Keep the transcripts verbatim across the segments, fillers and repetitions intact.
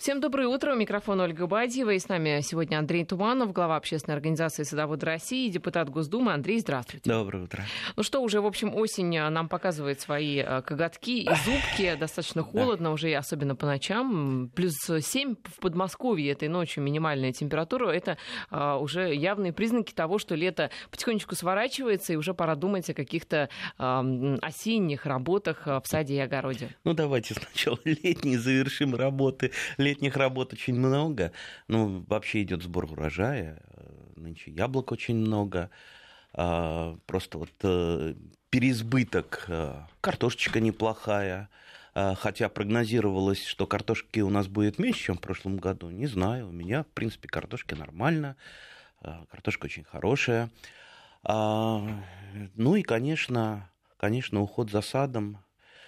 Всем доброе утро. У микрофона Ольга Бадьева. И с нами сегодня Андрей Туманов, глава общественной организации «Садоводы России», депутат Госдумы. Андрей, здравствуйте. Доброе утро. Ну что, уже, в общем, осень нам показывает свои коготки и зубки. Достаточно холодно, да. Уже особенно по ночам. Плюс семь в Подмосковье этой ночью минимальная температура. Это а, уже явные признаки того, что лето потихонечку сворачивается, и уже пора думать о каких-то а, осенних работах в саде и огороде. Ну, давайте сначала летние завершим работы. Летних работ очень много. Ну, вообще идет сбор урожая. Нынче яблок очень много. Просто вот переизбыток. Картошечка неплохая. Хотя прогнозировалось, что картошки у нас будет меньше, чем в прошлом году. Не знаю. У меня, в принципе, картошки нормально. Картошка очень хорошая. Ну и, конечно, конечно, уход за садом.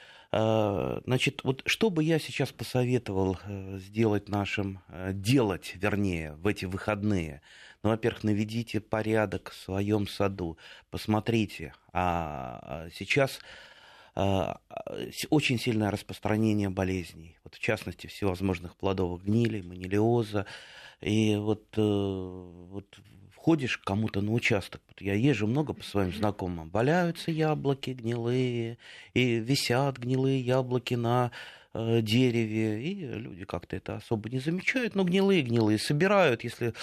Значит, вот что бы я сейчас посоветовал сделать нашим, делать, вернее, в эти выходные? Ну, во-первых, наведите порядок в своем саду, посмотрите. А сейчас очень сильное распространение болезней, вот в частности всевозможных плодовых гнилей, манилиоза. И вот, вот входишь к кому-то на участок, вот я езжу много по своим знакомым, валяются яблоки гнилые, и висят гнилые яблоки на э, дереве, и люди как-то это особо не замечают, но гнилые-гнилые собирают, если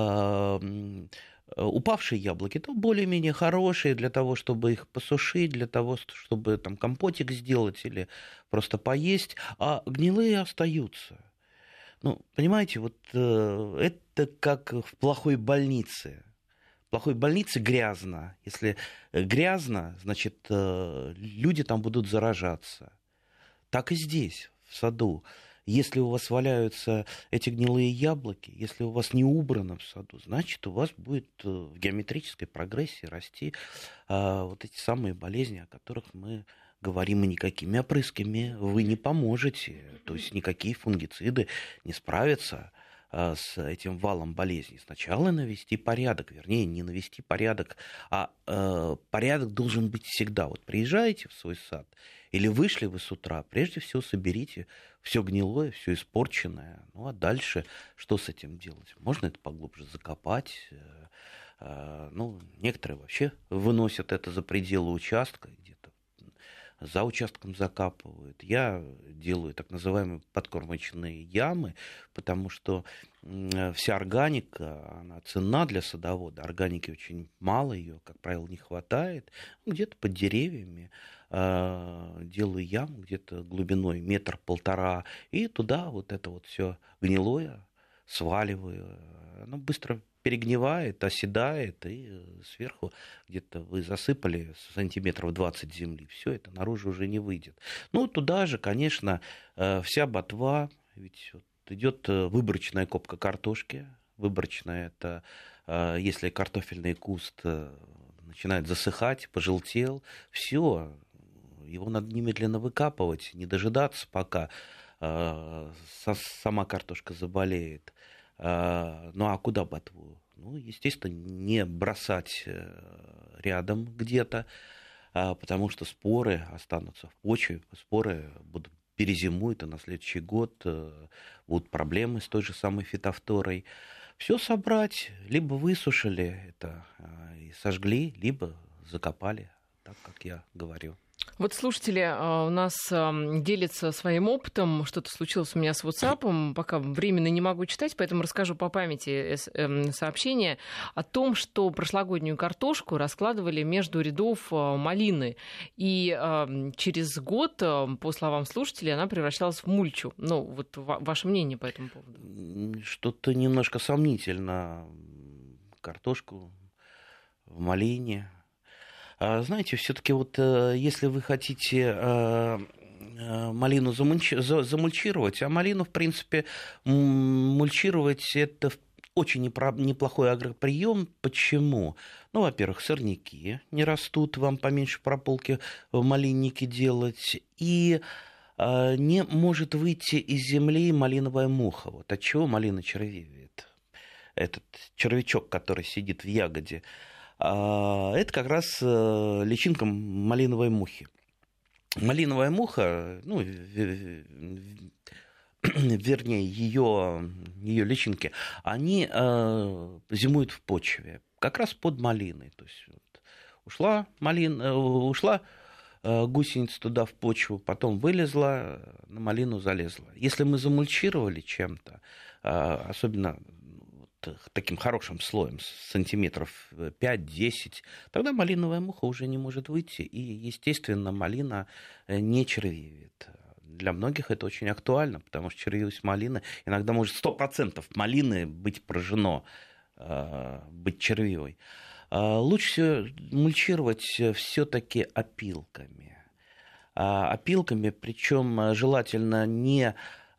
э, упавшие яблоки, то более-менее хорошие для того, чтобы их посушить, для того, чтобы там компотик сделать или просто поесть, а гнилые остаются. Ну, понимаете, вот э, это как в плохой больнице. В плохой больнице грязно. Если грязно, значит, э, люди там будут заражаться. Так и здесь, в саду. Если у вас валяются эти гнилые яблоки, если у вас не убрано в саду, значит, у вас будет в геометрической прогрессии расти э, вот эти самые болезни, о которых мы говорим, и никакими опрысками вы не поможете. То есть никакие фунгициды не справятся а, с этим валом болезней. Сначала навести порядок, вернее, не навести порядок, а э, порядок должен быть всегда. Вот приезжаете в свой сад или вышли вы с утра, прежде всего соберите все гнилое, все испорченное. Ну а дальше что с этим делать? Можно это поглубже закопать. Э, э, ну, некоторые вообще выносят это за пределы участка, где-то за участком закапывают. Я делаю так называемые подкормочные ямы, потому что вся органика, она ценна для садовода. Органики очень мало, ее, как правило, не хватает. Где-то под деревьями делаю яму, где-то глубиной метр-полтора, и туда вот это вот все гнилое сваливаю. Оно быстро перегнивает, оседает, и сверху где-то вы засыпали сантиметров двадцать земли, все это наружу уже не выйдет. Ну, туда же, конечно, вся ботва, ведь вот идет выборочная копка картошки. Выборочная — это если картофельный куст начинает засыхать, пожелтел, все, его надо немедленно выкапывать, не дожидаться, пока сама картошка заболеет. Ну а куда ботву? Ну, естественно, не бросать рядом где-то, потому что споры останутся в почве, споры будут перезимуют, и на следующий год будут проблемы с той же самой фитофторой. Все собрать, либо высушили это и сожгли, либо закопали, так как я говорю. Вот слушатели у нас делятся своим опытом. Что-то случилось у меня с WhatsApp. Пока временно не могу читать, поэтому расскажу по памяти сообщение о том, что прошлогоднюю картошку раскладывали между рядов малины. И через год, по словам слушателей, она превращалась в мульчу. Ну, вот ваше мнение по этому поводу? Что-то немножко сомнительно. Картошку в малине... Знаете, все-таки вот если вы хотите малину замульчировать, а малину, в принципе, мульчировать — это очень неплохой агроприем. Почему? Ну, во-первых, сорняки не растут, вам поменьше прополки в малиннике делать, и не может выйти из земли малиновая муха. Вот от чего малина червивеет? Этот червячок, который сидит в ягоде. Это как раз личинка малиновой мухи. Малиновая муха, ну, вернее, ее, ее личинки, они э, зимуют в почве, как раз под малиной. То есть вот, ушла, малина, ушла э, гусеница туда в почву, потом вылезла, на малину залезла. Если мы замульчировали чем-то, э, особенно вот таким хорошим слоем, сантиметров пять-десять, тогда малиновая муха уже не может выйти, и, естественно, малина не червивит. Для многих это очень актуально, потому что червивость малины, иногда может сто процентов малины быть поражено, быть червивой. Лучше мульчировать все-таки опилками. Опилками, причем желательно не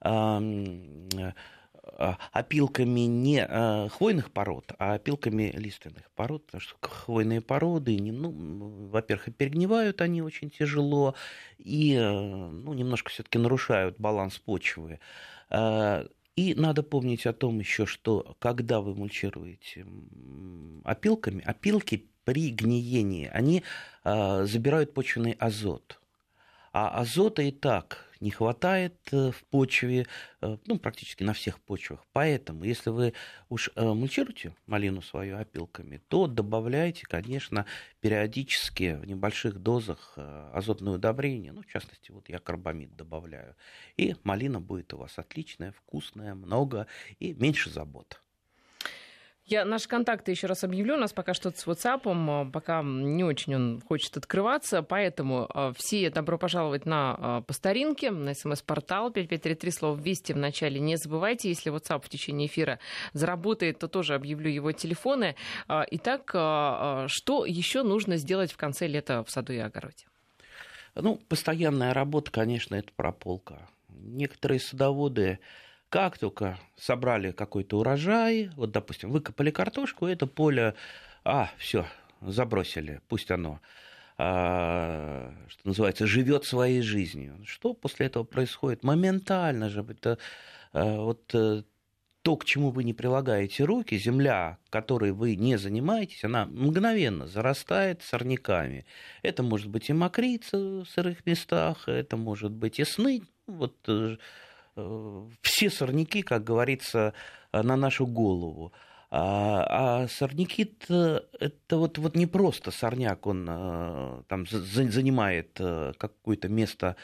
опилками не хвойных пород, а опилками лиственных пород, потому что хвойные породы, ну, во-первых, и перегнивают они очень тяжело, и ну, немножко все-таки нарушают баланс почвы. И надо помнить о том еще, что когда вы мульчируете опилками, опилки при гниении, они забирают почвенный азот. А азота и так не хватает в почве, ну, практически на всех почвах. Поэтому, если вы уж мульчируете малину свою опилками, то добавляйте, конечно, периодически в небольших дозах азотные удобрения. Ну, в частности, вот я карбамид добавляю. И малина будет у вас отличная, вкусная, много и меньше забот. Я наши контакты еще раз объявлю. У нас пока что-то с WhatsApp, пока не очень он хочет открываться, поэтому все добро пожаловать на по старинке, на смс-портал пять пять три три, слово «Вести» в начале не забывайте. Если WhatsApp в течение эфира заработает, то тоже объявлю его телефоны. Итак, что еще нужно сделать в конце лета в саду и огороде? Ну, постоянная работа, конечно, это прополка. Некоторые садоводы, как только собрали какой-то урожай, вот, допустим, выкопали картошку, это поле, а, все, забросили, пусть оно, а, что называется, живет своей жизнью. Что после этого происходит? Моментально же, это а, вот то, к чему вы не прилагаете руки, земля, которой вы не занимаетесь, она мгновенно зарастает сорняками. Это может быть и мокрица в сырых местах, это может быть и сныть, вот все сорняки, как говорится, на нашу голову. А, а сорняки-то это вот, вот не просто сорняк, он там занимает какое-то место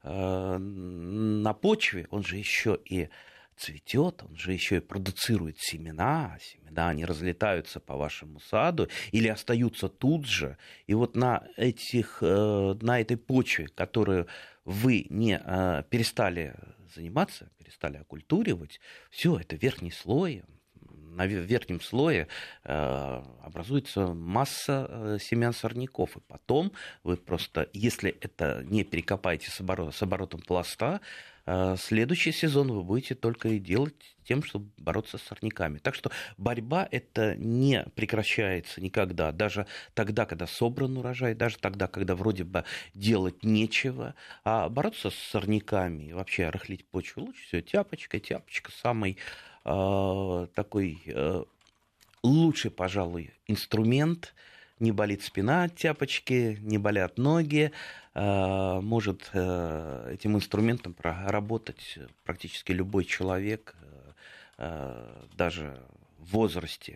на почве, он же еще и цветет, он же еще и продуцирует семена, семена, они разлетаются по вашему саду или остаются тут же. И вот на, этих, на этой почве, которую вы не перестали заниматься, перестали окультуривать, все это верхний слой. На верхнем слое образуется масса семян сорняков. И потом вы просто, если это не перекопаете с, оборот, с оборотом пласта, следующий сезон вы будете только и делать тем, чтобы бороться с сорняками. Так что борьба это не прекращается никогда. Даже тогда, когда собран урожай, даже тогда, когда вроде бы делать нечего. А бороться с сорняками и вообще рыхлить почву лучше всего тяпочкой. Тяпочка самый э, такой э, лучший, пожалуй, инструмент. Не болит спина от тяпочки, не болят ноги. Может этим инструментом работать практически любой человек, даже в возрасте.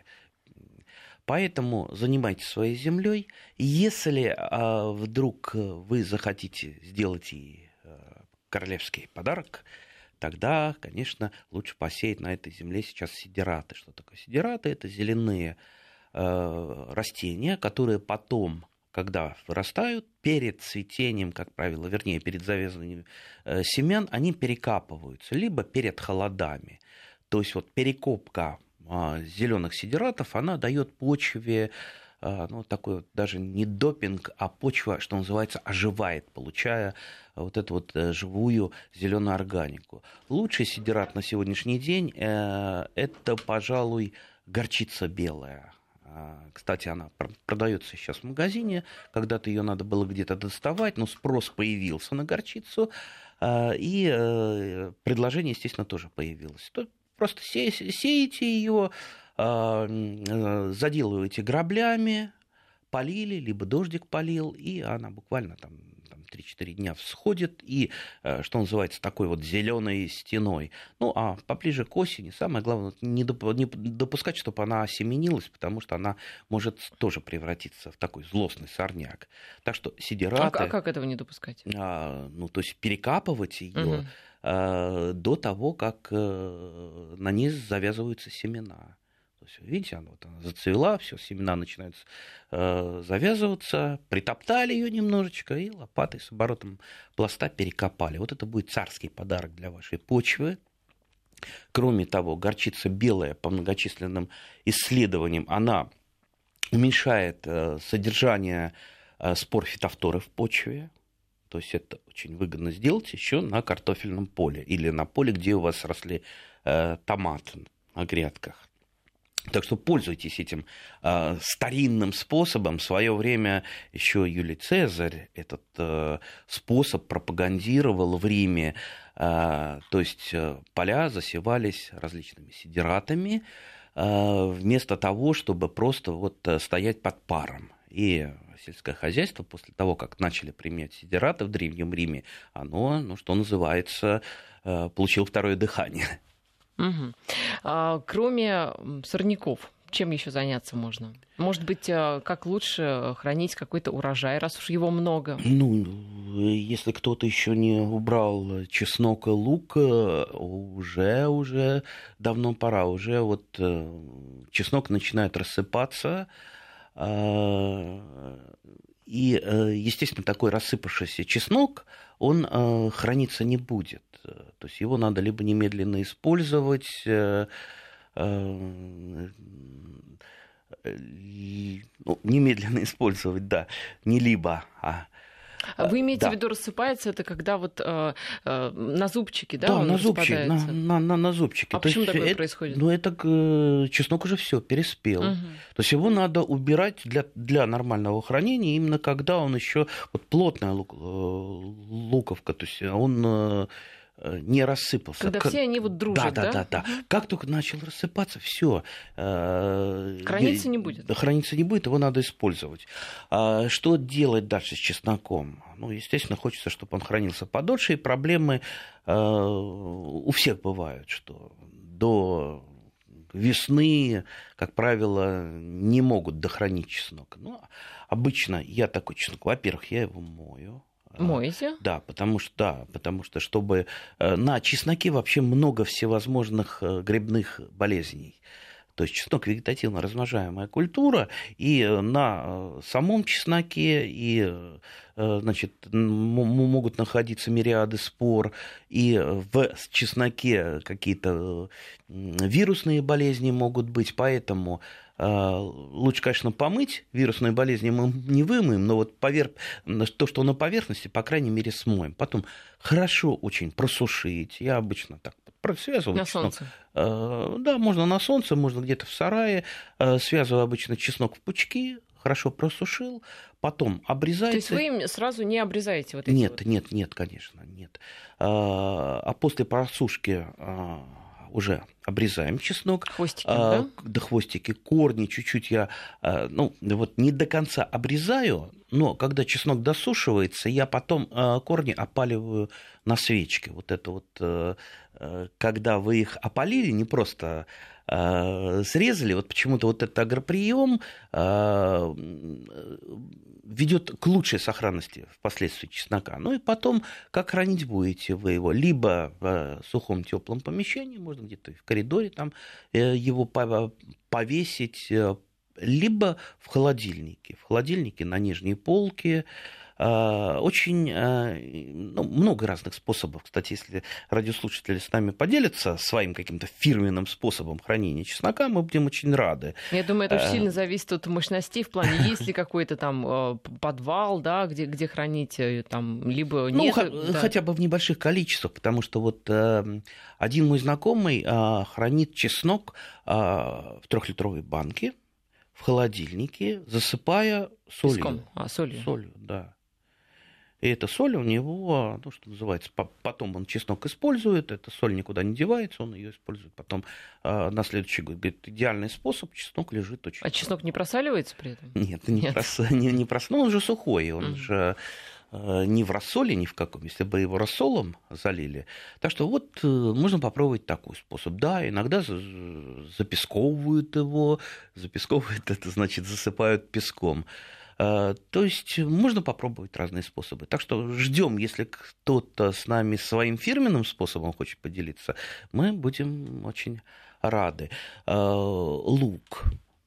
Поэтому занимайтесь своей землей. Если вдруг вы захотите сделать ей королевский подарок, тогда, конечно, лучше посеять на этой земле сейчас сидираты. Что такое сидираты? Это зеленые растения, которые потом, когда вырастают, перед цветением, как правило, вернее, перед завязыванием семян, они перекапываются, либо перед холодами. То есть вот перекопка зеленых сидиратов, она дает почве, ну, такой вот даже не допинг, а почва, что называется, оживает, получая вот эту вот живую зеленую органику. Лучший сидират на сегодняшний день – это, пожалуй, горчица белая. Кстати, она продается сейчас в магазине. Когда-то ее надо было где-то доставать, но спрос появился на горчицу, и предложение, естественно, тоже появилось. Просто сеете ее, заделываете граблями, полили, либо дождик полил, и она буквально там три-четыре дня всходит, и, что называется, такой вот зеленой стеной. Ну, а поближе к осени самое главное не допускать, чтобы она осеменилась, потому что она может тоже превратиться в такой злостный сорняк. Так что сидираты... А как этого не допускать? А, ну, то есть перекапывать ее угу. а, до того, как а, на ней завязываются семена. То есть, видите, она, вот она зацвела, все, семена начинают э, завязываться, притоптали ее немножечко и лопатой с оборотом пласта перекопали. Вот это будет царский подарок для вашей почвы. Кроме того, горчица белая, по многочисленным исследованиям, она уменьшает э, содержание э, спор фитофторы в почве. То есть это очень выгодно сделать еще на картофельном поле или на поле, где у вас росли э, томаты на грядках. Так что пользуйтесь этим э, старинным способом. В свое время еще Юлий Цезарь этот э, способ пропагандировал в Риме. Э, то есть э, поля засевались различными сидиратами э, вместо того, чтобы просто вот стоять под паром. И сельское хозяйство после того, как начали применять сидираты в Древнем Риме, оно, ну, что называется, э, получило второе дыхание. Угу. А, кроме сорняков, чем еще заняться можно? Может быть, как лучше хранить какой-то урожай, раз уж его много? Ну, если кто-то еще не убрал чеснок и лук, уже, уже давно пора. Уже вот чеснок начинает рассыпаться. И, естественно, такой рассыпавшийся чеснок, он храниться не будет. То есть его надо либо немедленно использовать, ну, немедленно использовать, да, не либо, а... Вы имеете да. в виду, рассыпается это, когда вот э, э, на зубчики, да, да, он на зубчики, распадается? на, на, на зубчики. А То почему есть такое это, происходит? Ну, это э, чеснок уже все переспел. Угу. То есть его надо убирать для, для нормального хранения, именно когда он еще вот плотная лук, луковка, то есть он э, не рассыпался. Когда как... все они вот дружат, да? Да, да, да. Угу. Как только начал рассыпаться, все. Храниться не будет. Храниться не будет, его надо использовать. А что делать дальше с чесноком? Ну, естественно, хочется, чтобы он хранился подольше, и проблемы э, у всех бывают, что до весны, как правило, не могут дохранить чеснок. Ну, обычно я такой чеснок, во-первых, я его мою. Моете? Да, потому что, да, потому что чтобы на чесноке вообще много всевозможных грибных болезней. То есть чеснок вегетативно размножаемая культура, и на самом чесноке и, значит, могут находиться мириады спор, и в чесноке какие-то вирусные болезни могут быть, поэтому лучше, конечно, помыть, вирусные болезни мы не вымоем, но вот повер... то, что на поверхности, по крайней мере, смоем. Потом хорошо очень просушить, я обычно так связываю. На чеснок. солнце? Да, можно на солнце, можно где-то в сарае. Связываю обычно чеснок в пучки, хорошо просушил, потом обрезается. То есть вы им сразу не обрезаете вот эти Нет, вот? нет, нет, конечно, нет. А после просушки уже обрезаем чеснок. Хвостики, а, да? Да, хвостики, корни чуть-чуть я, ну, вот не до конца обрезаю, но когда чеснок досушивается, я потом корни опаливаю на свечке. Вот это вот, когда вы их опалили, не просто срезали, вот почему-то вот этот агроприем ведет к лучшей сохранности впоследствии чеснока. Ну и потом, как хранить будете вы его? Либо в сухом теплом помещении, можно где-то в коридоре там его повесить, либо в холодильнике. В холодильнике на нижней полке. Очень ну, много разных способов. Кстати, если радиослушатели с нами поделятся своим каким-то фирменным способом хранения чеснока, мы будем очень рады. Я думаю, это очень сильно зависит от мощностей в плане, есть ли какой-то там подвал, да, где, где хранить, там, либо ну, нет. х- да. Хотя бы в небольших количествах, потому что вот э, один мой знакомый э, хранит чеснок э, в трехлитровой банке в холодильнике, засыпая солью. Песком, а, солью. Солью, да. И эта соль у него, ну, что называется, потом он чеснок использует, эта соль никуда не девается, он ее использует потом э, на следующий год. Говорит, идеальный способ, чеснок лежит очень... А чеснок не просаливается при этом? Нет, не, Нет. Прос... не, не прос... ну, он же сухой, он mm. же э, не в рассоле ни в каком, если бы его рассолом залили. Так что вот э, можно попробовать такой способ. Да, иногда запесковывают его, запесковывают, это значит засыпают песком. То есть можно попробовать разные способы. Так что ждем, если кто-то с нами своим фирменным способом хочет поделиться, мы будем очень рады. Лук.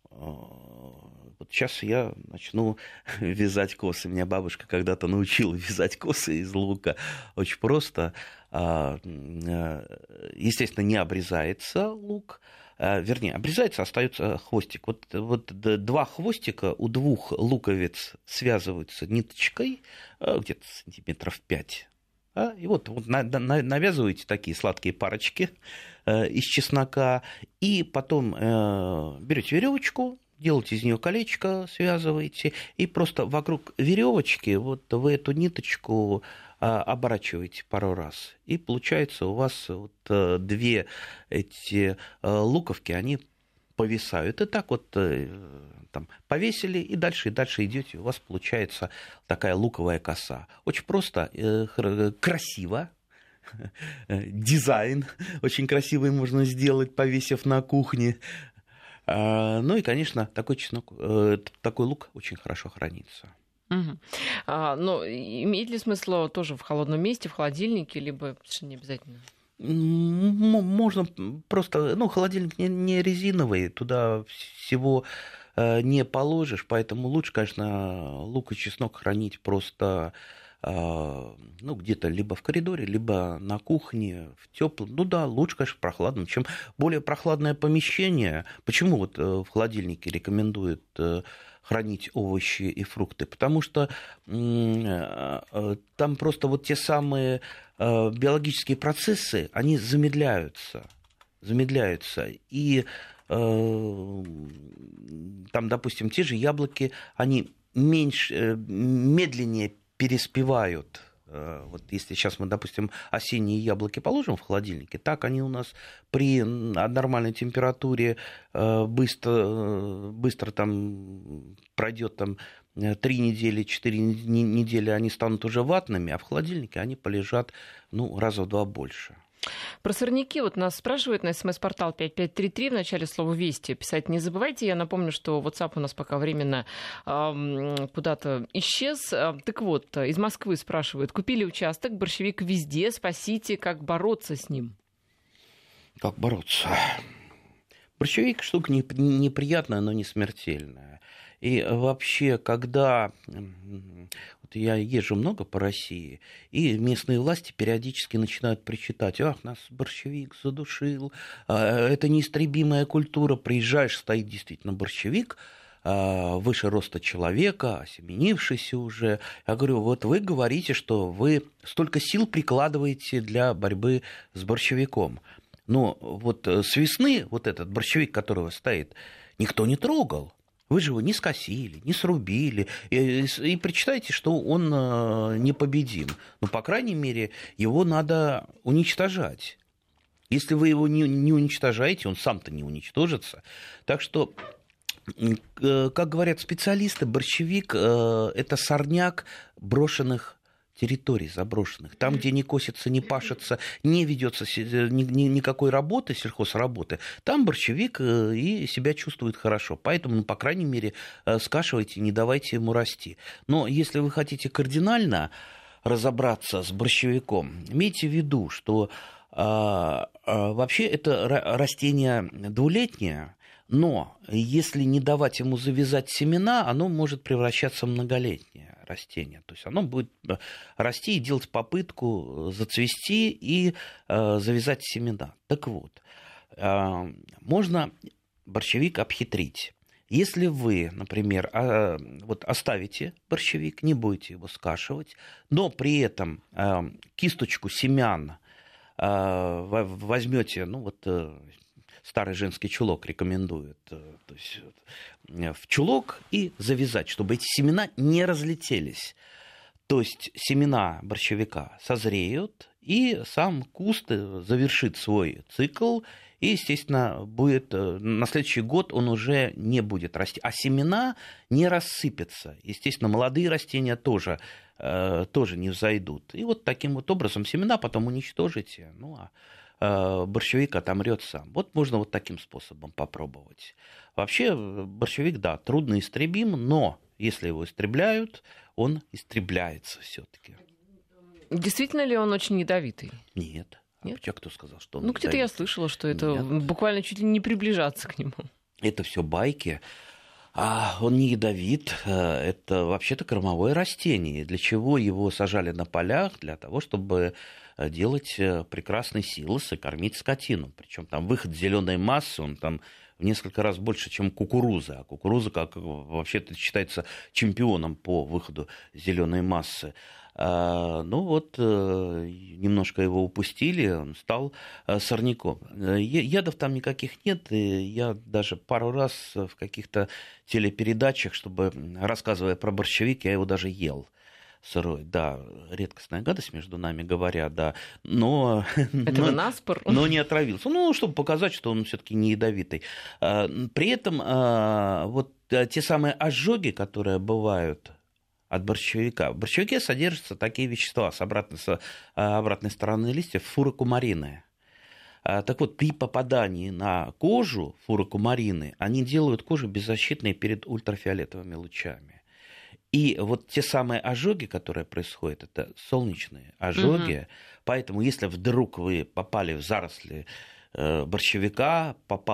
Вот сейчас я начну вязать косы. Меня бабушка когда-то научила вязать косы из лука. Очень просто. Естественно, не обрезается лук. Вернее, обрезается, остается хвостик. Вот, вот два хвостика у двух луковиц связываются ниточкой, где-то сантиметров пять. И вот, вот навязываете такие сладкие парочки из чеснока, и потом берете веревочку, делаете из нее колечко, связываете, и просто вокруг веревочки вот вы эту ниточку оборачиваете пару раз. И получается у вас вот две эти луковки, они повисают. И так вот там повесили, и дальше, и дальше идете. У вас получается такая луковая коса. Очень просто, красиво. Дизайн очень красивый можно сделать, повесив на кухне. Ну и, конечно, такой чеснок, такой лук очень хорошо хранится. Угу. А, но имеет ли смысл тоже в холодном месте, в холодильнике, либо совершенно не обязательно? Можно просто, ну, холодильник не, не резиновый, туда всего не положишь, поэтому лучше, конечно, лук и чеснок хранить просто, ну, где-то либо в коридоре, либо на кухне, в теплом. Ну да, лучше, конечно, в прохладном. Чем более прохладное помещение, почему вот в холодильнике рекомендуют хранить овощи и фрукты, потому что там просто вот те самые биологические процессы, они замедляются, замедляются, и там, допустим, те же яблоки, они меньше, медленнее переспевают. Вот если сейчас мы, допустим, осенние яблоки положим в холодильнике, так они у нас при нормальной температуре быстро, быстро там пройдет там три недели, четыре недели, они станут уже ватными, а в холодильнике они полежат, ну, раза в два больше. Про сорняки вот нас спрашивают на смс-портал пять пять три три в начале слова «Вести». Писать не забывайте. Я напомню, что WhatsApp у нас пока временно э, куда-то исчез. Так вот, из Москвы спрашивают. Купили участок, борщевик везде. Спасите, как бороться с ним? Как бороться? Борщевик штука неприятная, но не смертельная. И вообще, когда вот я езжу много по России, и местные власти периодически начинают причитать: ах, нас борщевик задушил, это неистребимая культура. Приезжаешь, стоит действительно борщевик, выше роста человека, осеменившийся уже. Я говорю, вот вы говорите, что вы столько сил прикладываете для борьбы с борщевиком. Но вот с весны вот этот борщевик, который у вас стоит, никто не трогал. Вы же его не скосили, не срубили, и, и причитаете, что он непобедим. Ну, по крайней мере, его надо уничтожать. Если вы его не, не уничтожаете, он сам-то не уничтожится. Так что, как говорят специалисты, борщевик – это сорняк брошенных территорий заброшенных, там, где не косится, не пашется, не ведется ни, ни, никакой работы, сельхозработы, там борщевик и себя чувствует хорошо. Поэтому, ну, по крайней мере, скашивайте, не давайте ему расти. Но если вы хотите кардинально разобраться с борщевиком, имейте в виду, что а, а, вообще это растение двулетнее, но если не давать ему завязать семена, оно может превращаться в многолетнее растение. То есть оно будет расти и делать попытку зацвести и э, завязать семена. Так вот, э, можно борщевик обхитрить. Если вы, например, э, вот оставите борщевик, не будете его скашивать, но при этом э, кисточку семян э, возьмете, ну вот... Э, старый женский чулок рекомендуют, то есть в чулок и завязать, чтобы эти семена не разлетелись, То есть семена борщевика созреют, и сам куст завершит свой цикл, и, естественно, будет, на следующий год он уже не будет расти. А семена не рассыпятся. Естественно, молодые растения тоже, тоже не взойдут. И вот таким вот образом семена потом уничтожите, ну а борщевик отомрет сам. Вот можно вот таким способом попробовать. Вообще борщевик, да, трудно истребим, но если его истребляют, он истребляется все-таки. Действительно ли он очень ядовитый? Нет. Нет? А кто сказал, что он Ну, где-то я слышала, что это Нет. буквально чуть ли не приближаться к нему. Это все байки. А он не ядовит, это вообще-то кормовое растение. Для чего его сажали на полях? Для того, чтобы делать прекрасный силос и кормить скотину. Причем там выход зеленой массы, он там в несколько раз больше, чем кукуруза. А кукуруза, как вообще-то считается чемпионом по выходу зеленой массы. Ну вот, немножко его упустили, он стал сорняком. Ядов там никаких нет, и я даже пару раз в каких-то телепередачах, чтобы, рассказывая про борщевик, я его даже ел. Сырой, да, редкостная гадость, между нами говоря, да, но... Это но, наспор? Но не отравился, ну, чтобы показать, что он все-таки не ядовитый. При этом вот те самые ожоги, которые бывают от борщевика. В борщевике содержатся такие вещества с обратной, с обратной стороны листьев, фурокумарины. Так вот, при попадании на кожу фурокумарины, они делают кожу беззащитной перед ультрафиолетовыми лучами. И вот те самые ожоги, которые происходят, это солнечные ожоги. Угу. Поэтому, если вдруг вы попали в заросли борщевика,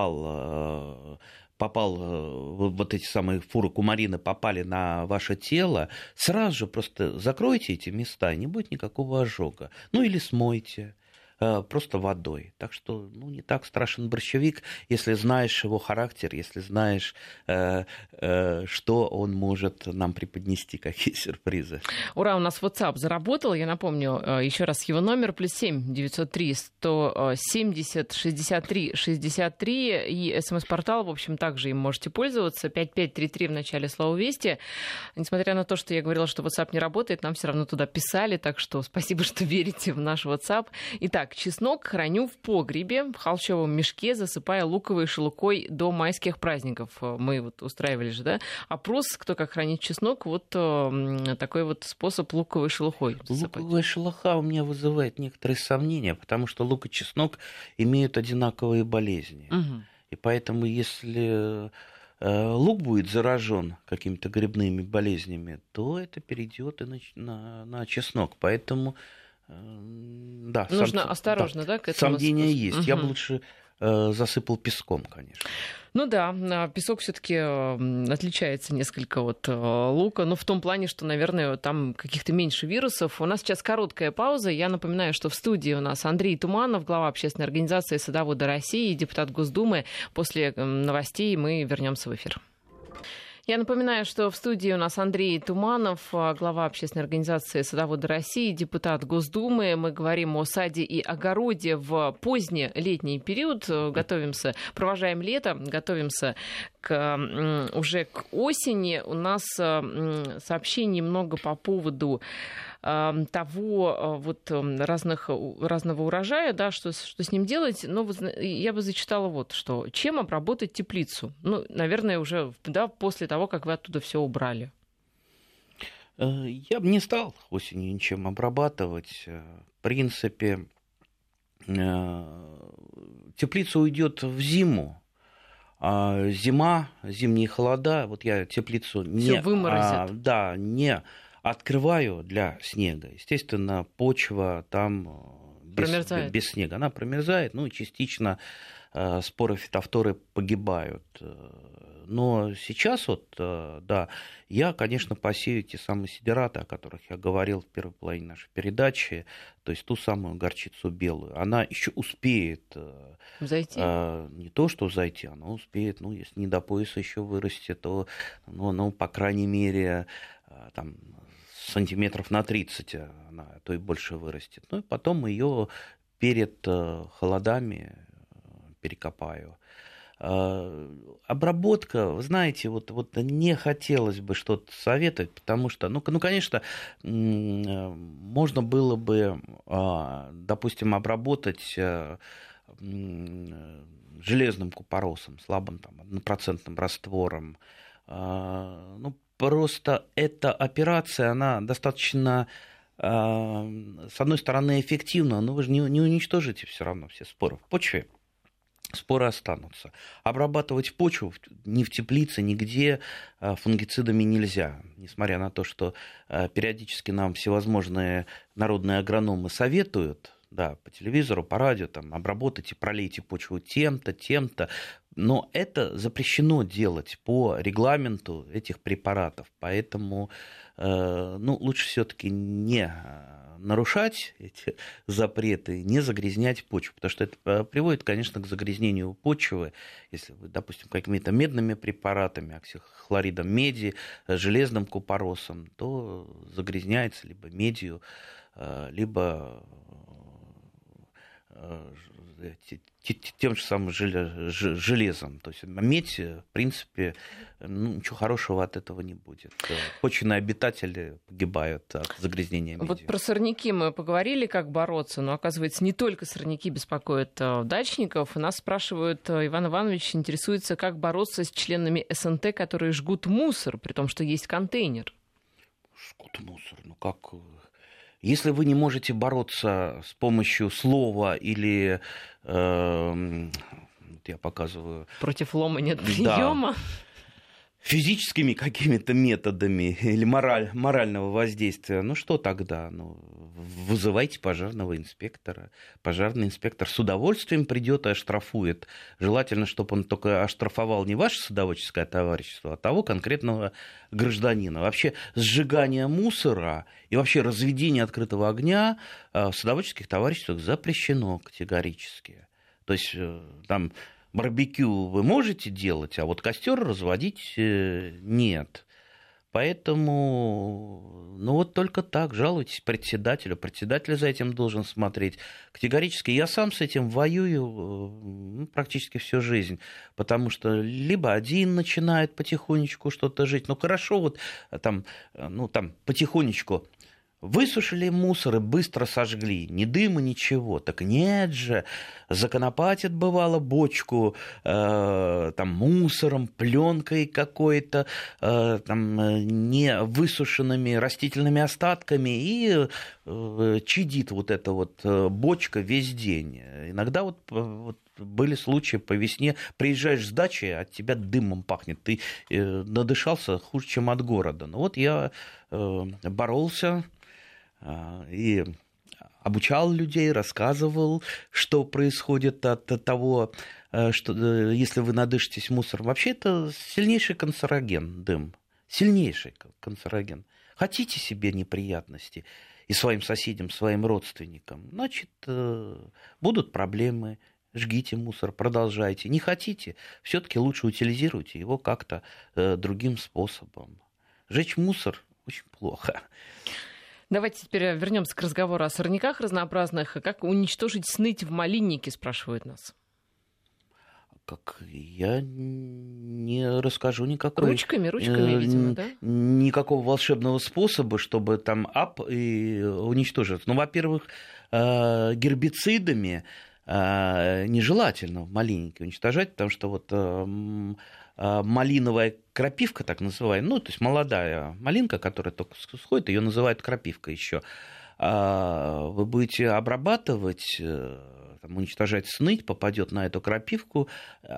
попал... попал, вот эти самые фурокумарины попали на ваше тело, сразу же просто закройте эти места, и не будет никакого ожога. Ну или смойте просто водой. Так что ну, не так страшен борщевик, если знаешь его характер, если знаешь, э, э, что он может нам преподнести, какие сюрпризы. Ура, у нас WhatsApp заработал. Я напомню еще раз его номер. Плюс семь девятьсот три сто семьдесят шестьдесят три шестьдесят три. И смс-портал, в общем, также им можете пользоваться. пять пять три три в начале слова «Вести». Несмотря на то, что я говорила, что WhatsApp не работает, нам все равно туда писали. Так что спасибо, что верите в наш WhatsApp. Итак, чеснок храню в погребе, в холщовом мешке, засыпая луковой шелухой до майских праздников. Мы вот устраивали же, да, опрос, кто как хранит чеснок, вот такой вот способ луковой шелухой засыпать. Луковая шелуха у меня вызывает некоторые сомнения, потому что лук и чеснок имеют одинаковые болезни. Угу. И поэтому, если лук будет заражен какими-то грибными болезнями, то это перейдет и на, на, на чеснок. Поэтому да, нужно сам, осторожно, да, да, к этому. Сомнения есть. Угу. Я бы лучше э, засыпал песком, конечно. Ну да, песок все-таки отличается несколько от лука, но в том плане, что, наверное, там каких-то меньше вирусов. У нас сейчас короткая пауза. Я напоминаю, что в студии у нас Андрей Туманов, глава общественной организации «Садоводы России», депутат Госдумы. После новостей мы вернемся в эфир. Я напоминаю, что в студии у нас Андрей Туманов, глава общественной организации «Садоводы России», депутат Госдумы. Мы говорим о саде и огороде в поздний летний период. Готовимся, провожаем лето, готовимся к, уже к осени. У нас сообщений много по поводу того вот разных, разного урожая, да, что, что с ним делать. Но вот я бы зачитала вот что. Чем обработать теплицу? Ну, наверное, уже да, после того, как вы оттуда все убрали. Я бы не стал осенью ничем обрабатывать. В принципе, теплица уйдет в зиму. А зима, зимние холода, вот я теплицу не, а, да, не открываю для снега. Естественно, почва там без, без снега. Она промерзает, ну и частично э, споры фитофторы погибают. Но сейчас вот, э, да, я, конечно, посею те самые сидераты, о которых я говорил в первой половине нашей передачи, то есть ту самую горчицу белую. Она еще успеет э, зайти. Э, не то, что зайти, она успеет, ну, если не до пояса еще вырастет, то, ну, ну по крайней мере, э, там, сантиметров на тридцать она, то и больше вырастет. Ну и потом ее перед холодами перекопаю. Обработка, вы знаете, вот, вот не хотелось бы что-то советовать, потому что, ну, ну, конечно, можно было бы, допустим, обработать железным купоросом, слабым там, однопроцентным раствором. Ну, просто эта операция, она достаточно, с одной стороны, эффективна, но вы же не, не уничтожите все равно все споры в почве. Споры останутся. Обрабатывать почву ни в теплице, нигде фунгицидами нельзя. Несмотря на то, что периодически нам всевозможные народные агрономы советуют, да, по телевизору, по радио, там, обработайте, пролейте почву тем-то, тем-то. Но это запрещено делать по регламенту этих препаратов. Поэтому э, ну, лучше все-таки не нарушать эти запреты, не загрязнять почву, потому что это приводит, конечно, к загрязнению почвы, если вы, допустим, какими-то медными препаратами, оксихлоридом меди, железным купоросом, то загрязняется либо медью, либо тем же самым железом. То есть медь, в принципе, ну, ничего хорошего от этого не будет. Почвенные обитатели погибают от загрязнения медью. Вот про сорняки мы поговорили, как бороться, но, оказывается, не только сорняки беспокоят дачников. Нас спрашивают, Иван Иванович интересуется, как бороться с членами эс эн тэ, которые жгут мусор, при том, что есть контейнер. Жгут мусор? Ну как... Если вы не можете бороться с помощью слова или, э, я показываю... Против лома нет приема. Да, физическими какими-то методами или мораль, морального воздействия, ну что тогда? Ну, вызывайте пожарного инспектора. Пожарный инспектор с удовольствием придет и оштрафует. Желательно, чтобы он только оштрафовал не ваше садоводческое товарищество, а того конкретного гражданина. Вообще сжигание мусора и вообще разведение открытого огня в садоводческих товариществах запрещено категорически. То есть там... Барбекю вы можете делать, а вот костер разводить нет. Поэтому, ну вот только так, жалуйтесь председателю. Председатель за этим должен смотреть. Категорически я сам с этим воюю ну, практически всю жизнь. Потому что либо один начинает потихонечку что-то жить. Ну хорошо, вот там, ну, там потихонечку... Высушили мусор и быстро сожгли. Ни дыма, ничего. Так нет же. Законопатят, бывало, бочку э, там, мусором, пленкой какой-то, э, там, не высушенными растительными остатками и э, чадит вот эта вот бочка весь день. Иногда вот, вот были случаи по весне, приезжаешь с дачи, от тебя дымом пахнет. Ты э, надышался хуже, чем от города. Ну вот я э, боролся и обучал людей, рассказывал, что происходит от того, что если вы надышитесь мусором. Вообще это сильнейший канцероген, дым. Сильнейший канцероген. Хотите себе неприятности и своим соседям, своим родственникам, значит, будут проблемы. Жгите мусор, продолжайте. Не хотите, все-таки лучше утилизируйте его как-то другим способом. Жечь мусор очень плохо. Давайте теперь вернемся к разговору о сорняках разнообразных. Как уничтожить сныть в малиннике, спрашивают нас. Как я не расскажу никакой... Ручками, ручками, видимо, да? Никакого волшебного способа, чтобы там ап и уничтожить. Ну, во-первых, гербицидами нежелательно в малиннике уничтожать, потому что вот малиновая крапивка, так называемая, ну, то есть молодая малинка, которая только сходит, ее называют крапивка еще. Вы будете обрабатывать, там, уничтожать сныть, попадет на эту крапивку,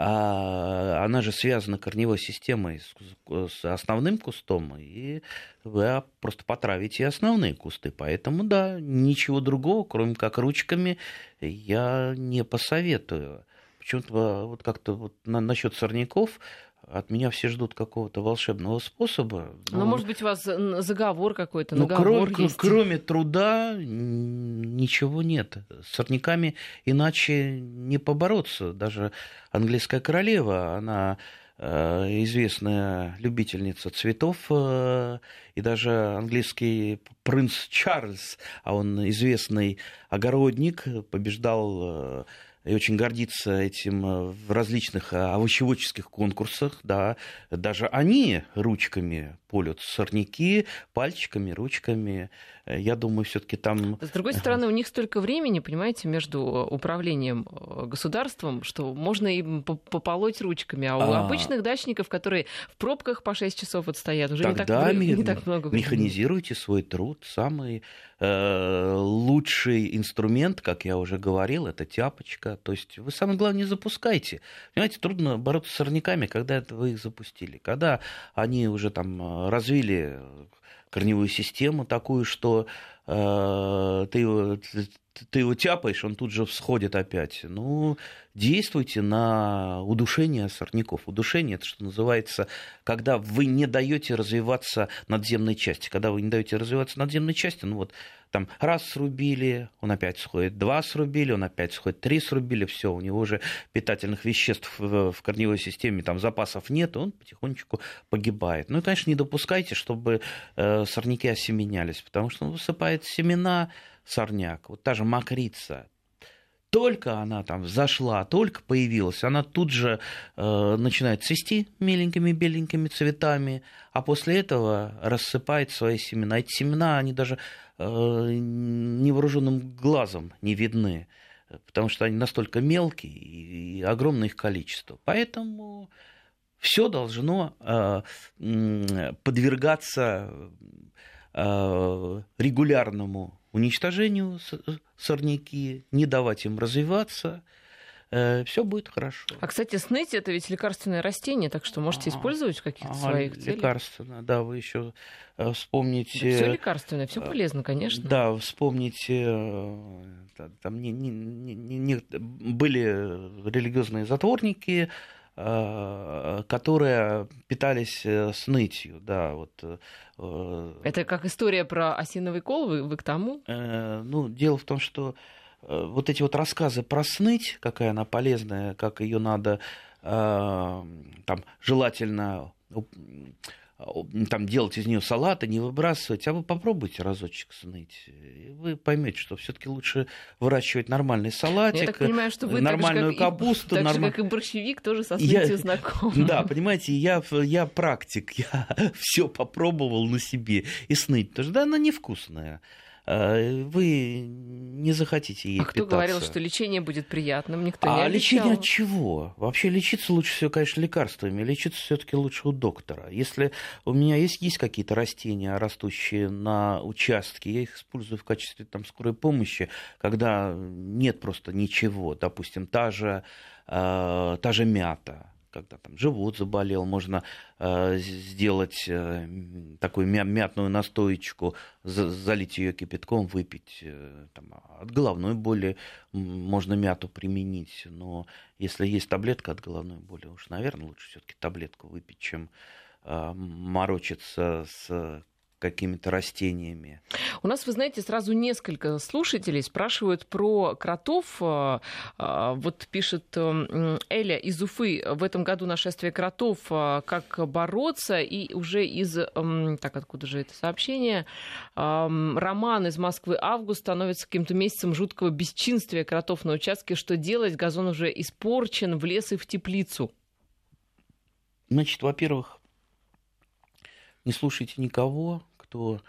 а она же связана корневой системой с основным кустом, и вы просто потравите основные кусты. Поэтому, да, ничего другого, кроме как ручками, я не посоветую. Почему-то вот как-то вот насчет сорняков от меня все ждут какого-то волшебного способа. Ну, может быть, у вас заговор какой-то, ну, наговор кроме, есть. Кроме труда ничего нет. С сорняками иначе не побороться. Даже английская королева, она известная любительница цветов, и даже английский принц Чарльз, а он известный огородник, побеждал и очень гордится этим в различных овощеводческих конкурсах, да, даже они ручками полют сорняки, пальчиками, ручками. Я думаю, все-таки там... С другой стороны, у них столько времени, понимаете, между управлением государством, что можно им пополоть ручками. А у а... обычных дачников, которые в пробках по шесть часов вот стоят, уже Тогда не так, ми... не так много времени. Механизируйте свой труд. Самый э, лучший инструмент, как я уже говорил, это тяпочка. То есть вы, самое главное, не запускайте. Понимаете, трудно бороться с сорняками, когда вы их запустили. Когда они уже там развили корневую систему такую, что э, ты, его, ты его тяпаешь, он тут же всходит опять. Ну, действуйте на удушение сорняков. Удушение, это что называется, когда вы не даете развиваться надземной части. Когда вы не даете развиваться надземной части, ну вот там раз срубили, он опять сходит, два срубили, он опять сходит, три срубили, все, у него уже питательных веществ в, в корневой системе, там запасов нет, он потихонечку погибает. Ну и, конечно, не допускайте, чтобы э, сорняки осеменялись, потому что он высыпает семена, сорняк, вот та же мокрица. Только она там взошла, только появилась, она тут же э, начинает цвести меленькими беленькими цветами, а после этого рассыпает свои семена. Эти семена, они даже э, невооруженным глазом не видны, потому что они настолько мелкие и, и огромное их количество. Поэтому все должно э, подвергаться э, регулярному уничтожению сорняки, не давать им развиваться, все будет хорошо. А, кстати, сныть — это ведь лекарственное растение, так что можете использовать в каких-то а, своих целях. Лекарственно, да, вы еще вспомните... Да, все лекарственное, все полезно, конечно. Да, вспомните, там не, не, не, не, были религиозные затворники, которые питались снытью, да, вот. Это как история про осиновый кол, вы, вы к тому? Ну, дело в том, что вот эти вот рассказы про сныть, какая она полезная, как ее надо там желательно там делать из нее салаты, не выбрасывать, а вы попробуйте разочек сныть, и вы поймете, что все-таки лучше выращивать нормальный салатик, я так понимаю, что вы нормальную так же, капусту. Так норм... же, как и борщевик, тоже со снытью я... знаком. Да, понимаете, я, я практик, я все попробовал на себе, и сныть тоже, да, она невкусная. Вы не захотите ей а питаться. А кто говорил, что лечение будет приятным? Никто не а обещал. Лечение от чего? Вообще лечиться лучше всего, конечно, лекарствами. Лечиться все-таки лучше у доктора. Если у меня есть, есть какие-то растения, растущие на участке, я их использую в качестве там, скорой помощи, когда нет просто ничего. Допустим, та же, э, та же мята. Когда там живот заболел, можно э, сделать э, такую мятную настоечку, за, залить ее кипятком, выпить. Э, там, от головной боли можно мяту применить, но если есть таблетка от головной боли, уж, наверное, лучше все-таки таблетку выпить, чем э, морочиться с какими-то растениями. У нас, вы знаете, сразу несколько слушателей спрашивают про кротов. Вот пишет Эля из Уфы: в этом году нашествие кротов, как бороться? И уже из... Так, откуда же это сообщение? Роман из Москвы: август становится каким-то месяцем жуткого бесчинствия кротов на участке. Что делать? Газон уже испорчен, в лес и в теплицу. Значит, во-первых, не слушайте никого, кто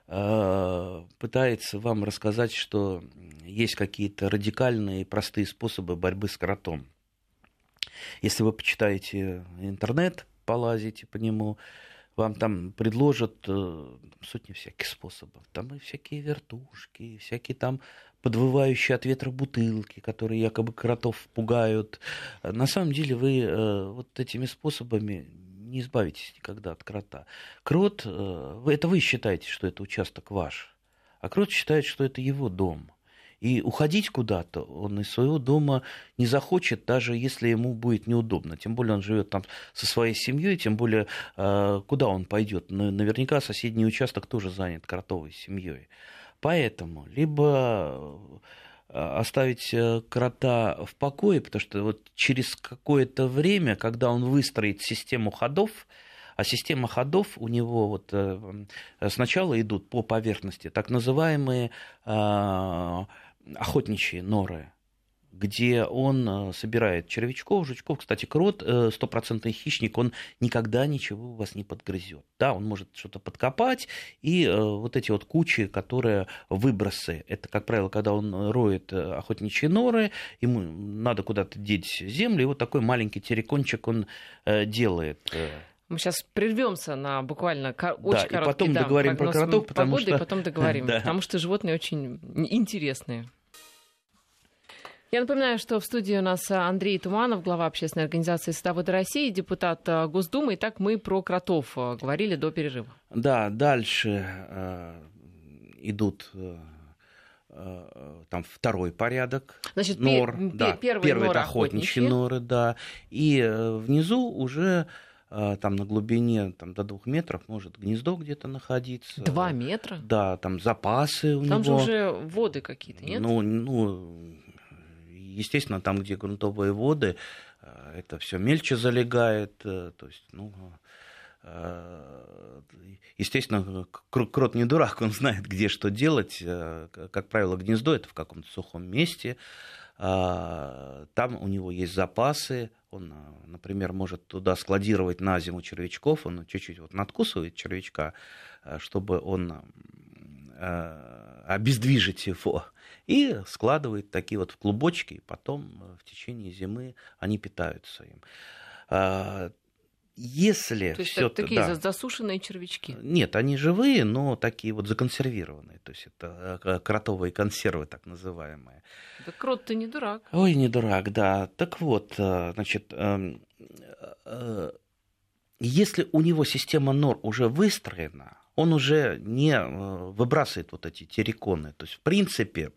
э, пытается вам рассказать, что есть какие-то радикальные и простые способы борьбы с кротом. Если вы почитаете интернет, полазите по нему, вам там предложат э, сотни всяких способов. Там и всякие вертушки, и всякие там подвывающие от ветра бутылки, которые якобы кротов пугают. На самом деле вы э, вот этими способами не избавитесь никогда от крота. Крот, это вы считаете, что это участок ваш, а крот считает, что это его дом. И уходить куда-то он из своего дома не захочет, даже если ему будет неудобно. Тем более он живет там со своей семьей, тем более куда он пойдет. Наверняка соседний участок тоже занят кротовой семьей. Поэтому либо оставить крота в покое, потому что вот через какое-то время, когда он выстроит систему ходов, а система ходов у него вот сначала идут по поверхности так называемые охотничьи норы, где он собирает червячков, жучков. Кстати, крот, стопроцентный хищник, он никогда ничего у вас не подгрызет. Да, он может что-то подкопать, и вот эти вот кучи, которые выбросы, это, как правило, когда он роет охотничьи норы, ему надо куда-то деть землю, и вот такой маленький террикончик он делает. Мы сейчас прервемся на буквально ко- да, очень и короткий потом да, договорим про кротов, потому погоды, что... и потом договорим, да. потому что животные очень интересные. Я напоминаю, что в студии у нас Андрей Туманов, глава общественной организации «Садоводы России», депутат Госдумы. Итак, мы про кротов говорили до перерыва. Да, дальше э, идут... Э, там второй порядок Значит, нор, пер, да, первый, первый норы это охотничьи охотничьи. норы, да, и э, внизу уже э, там на глубине там, до двух метров может гнездо где-то находиться. Два метра? Да, там запасы у там него. Там же уже воды какие-то, нет? Ну, ну, естественно, там, где грунтовые воды, э, это все мельче залегает, э, то есть, ну... Естественно, крот не дурак, он знает, где что делать. Как правило, гнездо это в каком-то сухом месте. Там у него есть запасы. Он, например, может туда складировать на зиму червячков. Он чуть-чуть вот надкусывает червячка, чтобы он обездвижить его. И складывает такие вот в клубочки. И потом в течение зимы они питаются им. Если то есть всё, такие да. засушенные червячки? Нет, они живые, но такие вот законсервированные. То есть это кротовые консервы, так называемые. Да крот-то не дурак. Ой, не дурак, да. Так вот, значит, если у него система нор уже выстроена, он уже не выбрасывает вот эти терриконы. То есть, в принципе,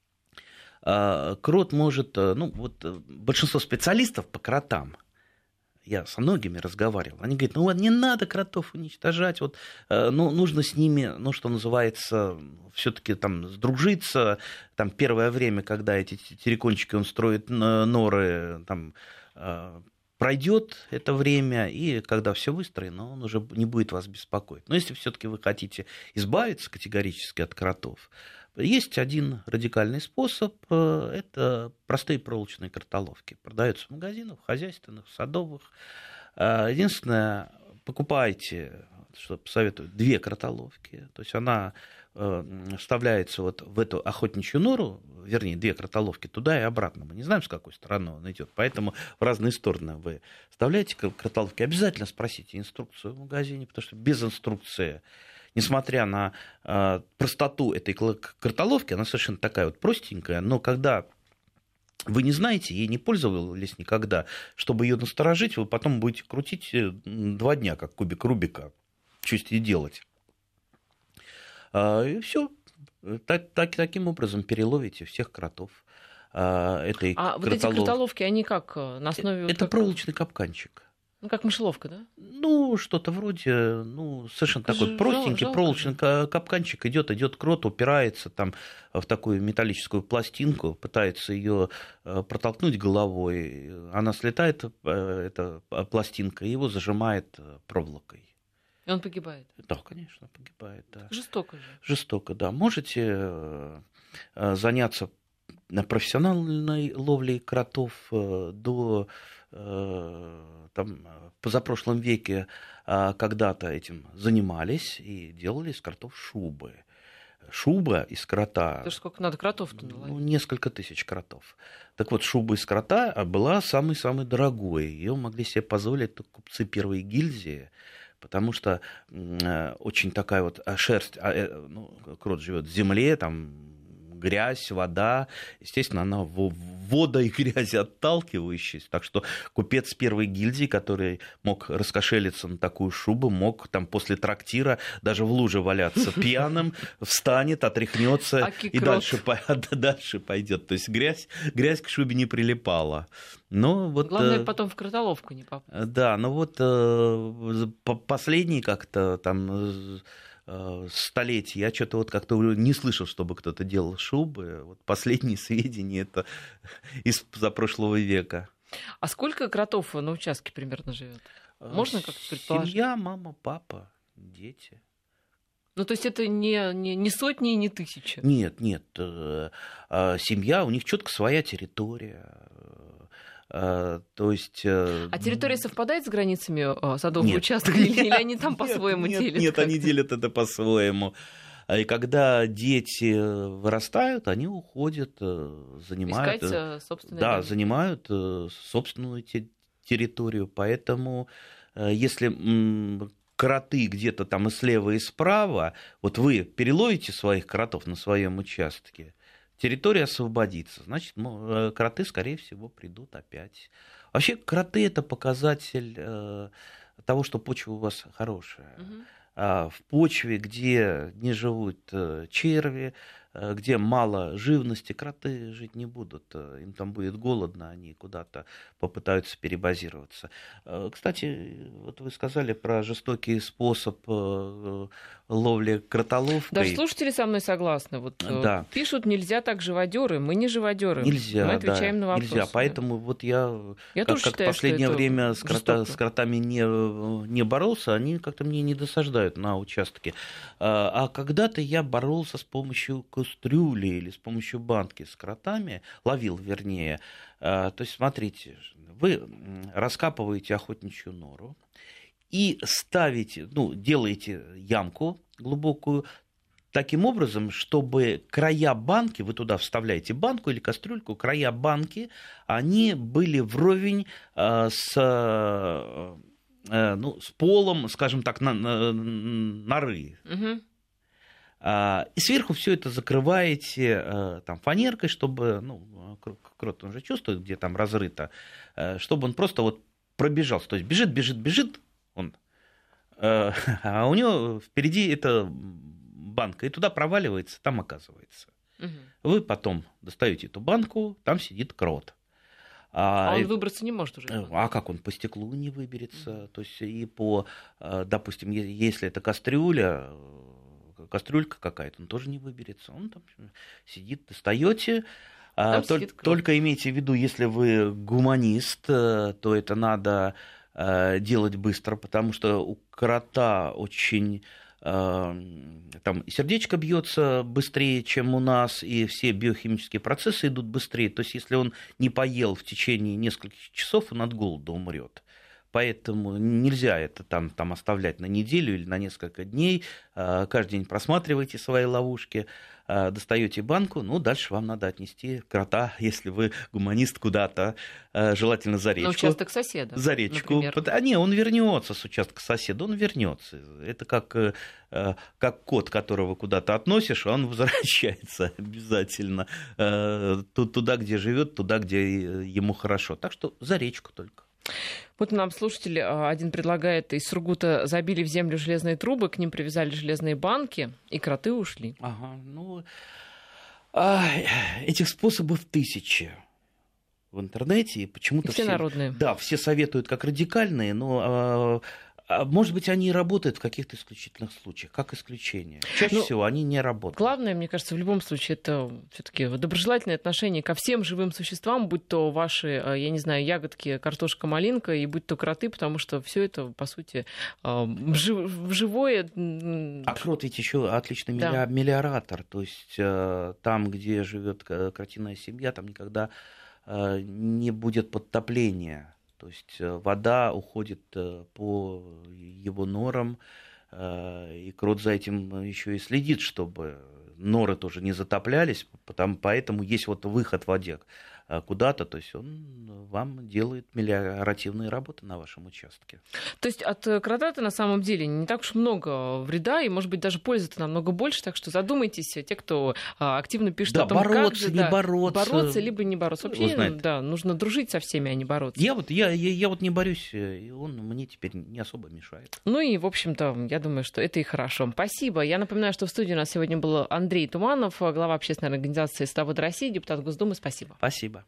крот может... Ну, вот большинство специалистов по кротам, я со многими разговаривал, они говорят, ну вот не надо кротов уничтожать, вот, ну, нужно с ними, ну, что называется, все-таки там сдружиться, там первое время, когда эти террикончики он строит норы, там пройдет это время, и когда все выстроено, он уже не будет вас беспокоить. Но если все-таки вы хотите избавиться категорически от кротов, есть один радикальный способ, это простые проволочные кротоловки. Продаются в магазинах, хозяйственных, садовых. Единственное, покупайте, что посоветую, две кротоловки. То есть она вставляется вот в эту охотничью нору, вернее, две кротоловки туда и обратно. Мы не знаем, с какой стороны он идет, поэтому в разные стороны вы вставляете кротоловки. Обязательно спросите инструкцию в магазине, потому что без инструкции, несмотря на э, простоту этой кротоловки, она совершенно такая вот простенькая, но когда вы не знаете, ей не пользовались никогда, чтобы ее насторожить, вы потом будете крутить два дня, как кубик Рубика, чуть и делать. И все. Так, так, таким образом переловите всех кротов этой а кротолов... вот эти кротоловки, они как на основе... Это как... проволочный капканчик. Ну, как мышеловка, да? Ну, что-то вроде, ну, совершенно так такой ж- простенький жалко, проволочный жалко. капканчик. Идет, идет крот, упирается там в такую металлическую пластинку, пытается ее протолкнуть головой. Она слетает, эта пластинка, и его зажимает проволокой. И он погибает? Да, конечно, погибает. Да. Жестоко же. Жестоко, да. Можете заняться профессиональной ловлей кротов до... Там, в позапрошлом веке когда-то этим занимались и делали из кротов шубы. Шуба из крота... Это сколько надо кротов-то наловить? Ну, несколько тысяч кротов. Так вот, шуба из крота была самой-самой дорогой. Ее могли себе позволить только купцы первой гильдии, потому что очень такая вот шерсть... Ну, крот живет в земле, там... грязь, вода, естественно, она водой и грязи отталкивающаяся. Так что купец первой гильдии, который мог раскошелиться на такую шубу, мог там после трактира даже в луже валяться пьяным, встанет, отряхнется и дальше, дальше пойдет. То есть грязь, грязь к шубе не прилипала. Но вот, главное, потом в кротоловку не попасть. Да, но вот последний как-то там... столетий. Я что-то вот как-то не слышал, чтобы кто-то делал шубы. Вот последние сведения это из прошлого века. А сколько кротов на участке примерно живет? Можно как-то предположить? Семья, мама, папа, дети. Ну, то есть это не, не, не сотни и не тысячи? Нет, нет. Семья, у них четко своя территория. То есть... А территория совпадает с границами садового участка, или, или они там по-своему нет, делят? Нет, они делят это по-своему. И когда дети вырастают, они уходят, занимают... Искать собственное Да, время. занимают собственную территорию. Поэтому если кроты где-то там и слева, и справа, вот вы переловите своих кротов на своем участке, территория освободится, значит, кроты, скорее всего, придут опять. Вообще, кроты – это показатель того, что почва у вас хорошая. Угу. В почве, где не живут черви, где мало живности, кроты жить не будут. Им там будет голодно, они куда-то попытаются перебазироваться. Кстати, вот вы сказали про жестокий способ ловли кротоловкой. Даже слушатели со мной согласны. Вот да. Пишут, нельзя так живодеры. Мы не живодеры. Нельзя, мы отвечаем да, на вопросы. Нельзя. Поэтому вот я, я как, как считаю, в последнее время с, крота, с кротами не, не боролся, они как-то мне не досаждают на участке. А когда-то я боролся с помощью кастрюли или с помощью банки с кротами, ловил, вернее. То есть, смотрите, вы раскапываете охотничью нору и ставите, ну, делаете ямку глубокую, таким образом, чтобы края банки, вы туда вставляете банку или кастрюльку, края банки, они были вровень с, ну, с полом, скажем так, на, на, норы. Угу. И сверху все это закрываете там, фанеркой, чтобы, ну, крот, он же чувствует, где там разрыто, чтобы он просто вот пробежался. То есть бежит, бежит, бежит он, а у него впереди эта банка, и туда проваливается, там оказывается. Угу. Вы потом достаете эту банку, там сидит крот. А, а он выбраться не может уже? А как он по стеклу не выберется? Mm-hmm. То есть и по, допустим, если это кастрюля, кастрюлька какая-то, он тоже не выберется. Он там сидит, достаете. Там Тол- сидит только имейте в виду, если вы гуманист, то это надо делать быстро, потому что у крота очень... Там сердечко бьется быстрее, чем у нас, и все биохимические процессы идут быстрее. То есть, если он не поел в течение нескольких часов, он от голода умрет. Поэтому нельзя это там, там оставлять на неделю или на несколько дней. Каждый день просматривайте свои ловушки, достаете банку, ну, дальше вам надо отнести крота, если вы гуманист, куда-то, желательно за речку. На участок соседа, За речку. А не, он вернется с участка соседа, он вернется. Это как, как кот, которого куда-то относишь, он возвращается обязательно туда, где живет, туда, где ему хорошо. Так что за речку только. Вот нам слушатель один предлагает, из Сургута забили в землю железные трубы, к ним привязали железные банки, и кроты ушли. Ага, ну, а, этих способов тысячи в интернете, и почему-то и все, все народные. Да, все советуют как радикальные, но... А, может быть, они и работают в каких-то исключительных случаях, как исключение. Чаще ну, всего они не работают. Главное, мне кажется, в любом случае, это все-таки доброжелательное отношение ко всем живым существам, будь то ваши, я не знаю, ягодки, картошка, малинка, и будь то кроты, потому что все это, по сути, живое. А крот ведь еще отличный да. мелиоратор. То есть там, где живет кротиная семья, там никогда не будет подтопления. То есть вода уходит по его норам, и крот за этим еще и следит, чтобы норы тоже не затоплялись, потому, поэтому есть вот выход в воде куда-то, то есть он вам делает мелиоративные работы на вашем участке. То есть от крота-то на самом деле не так уж много вреда, и, может быть, даже пользы-то намного больше, так что задумайтесь, те, кто активно пишет да, о том, бороться, как же... не да, бороться. Бороться, либо не бороться. Вообще, да, нужно дружить со всеми, а не бороться. Я вот, я, я, я вот не борюсь, и он мне теперь не особо мешает. Ну и, в общем-то, я думаю, что это и хорошо. Спасибо. Я напоминаю, что в студии у нас сегодня был Андрей Туманов, глава общественной организации «Садоводы России», депутат Госдумы. Спасибо. Спасибо.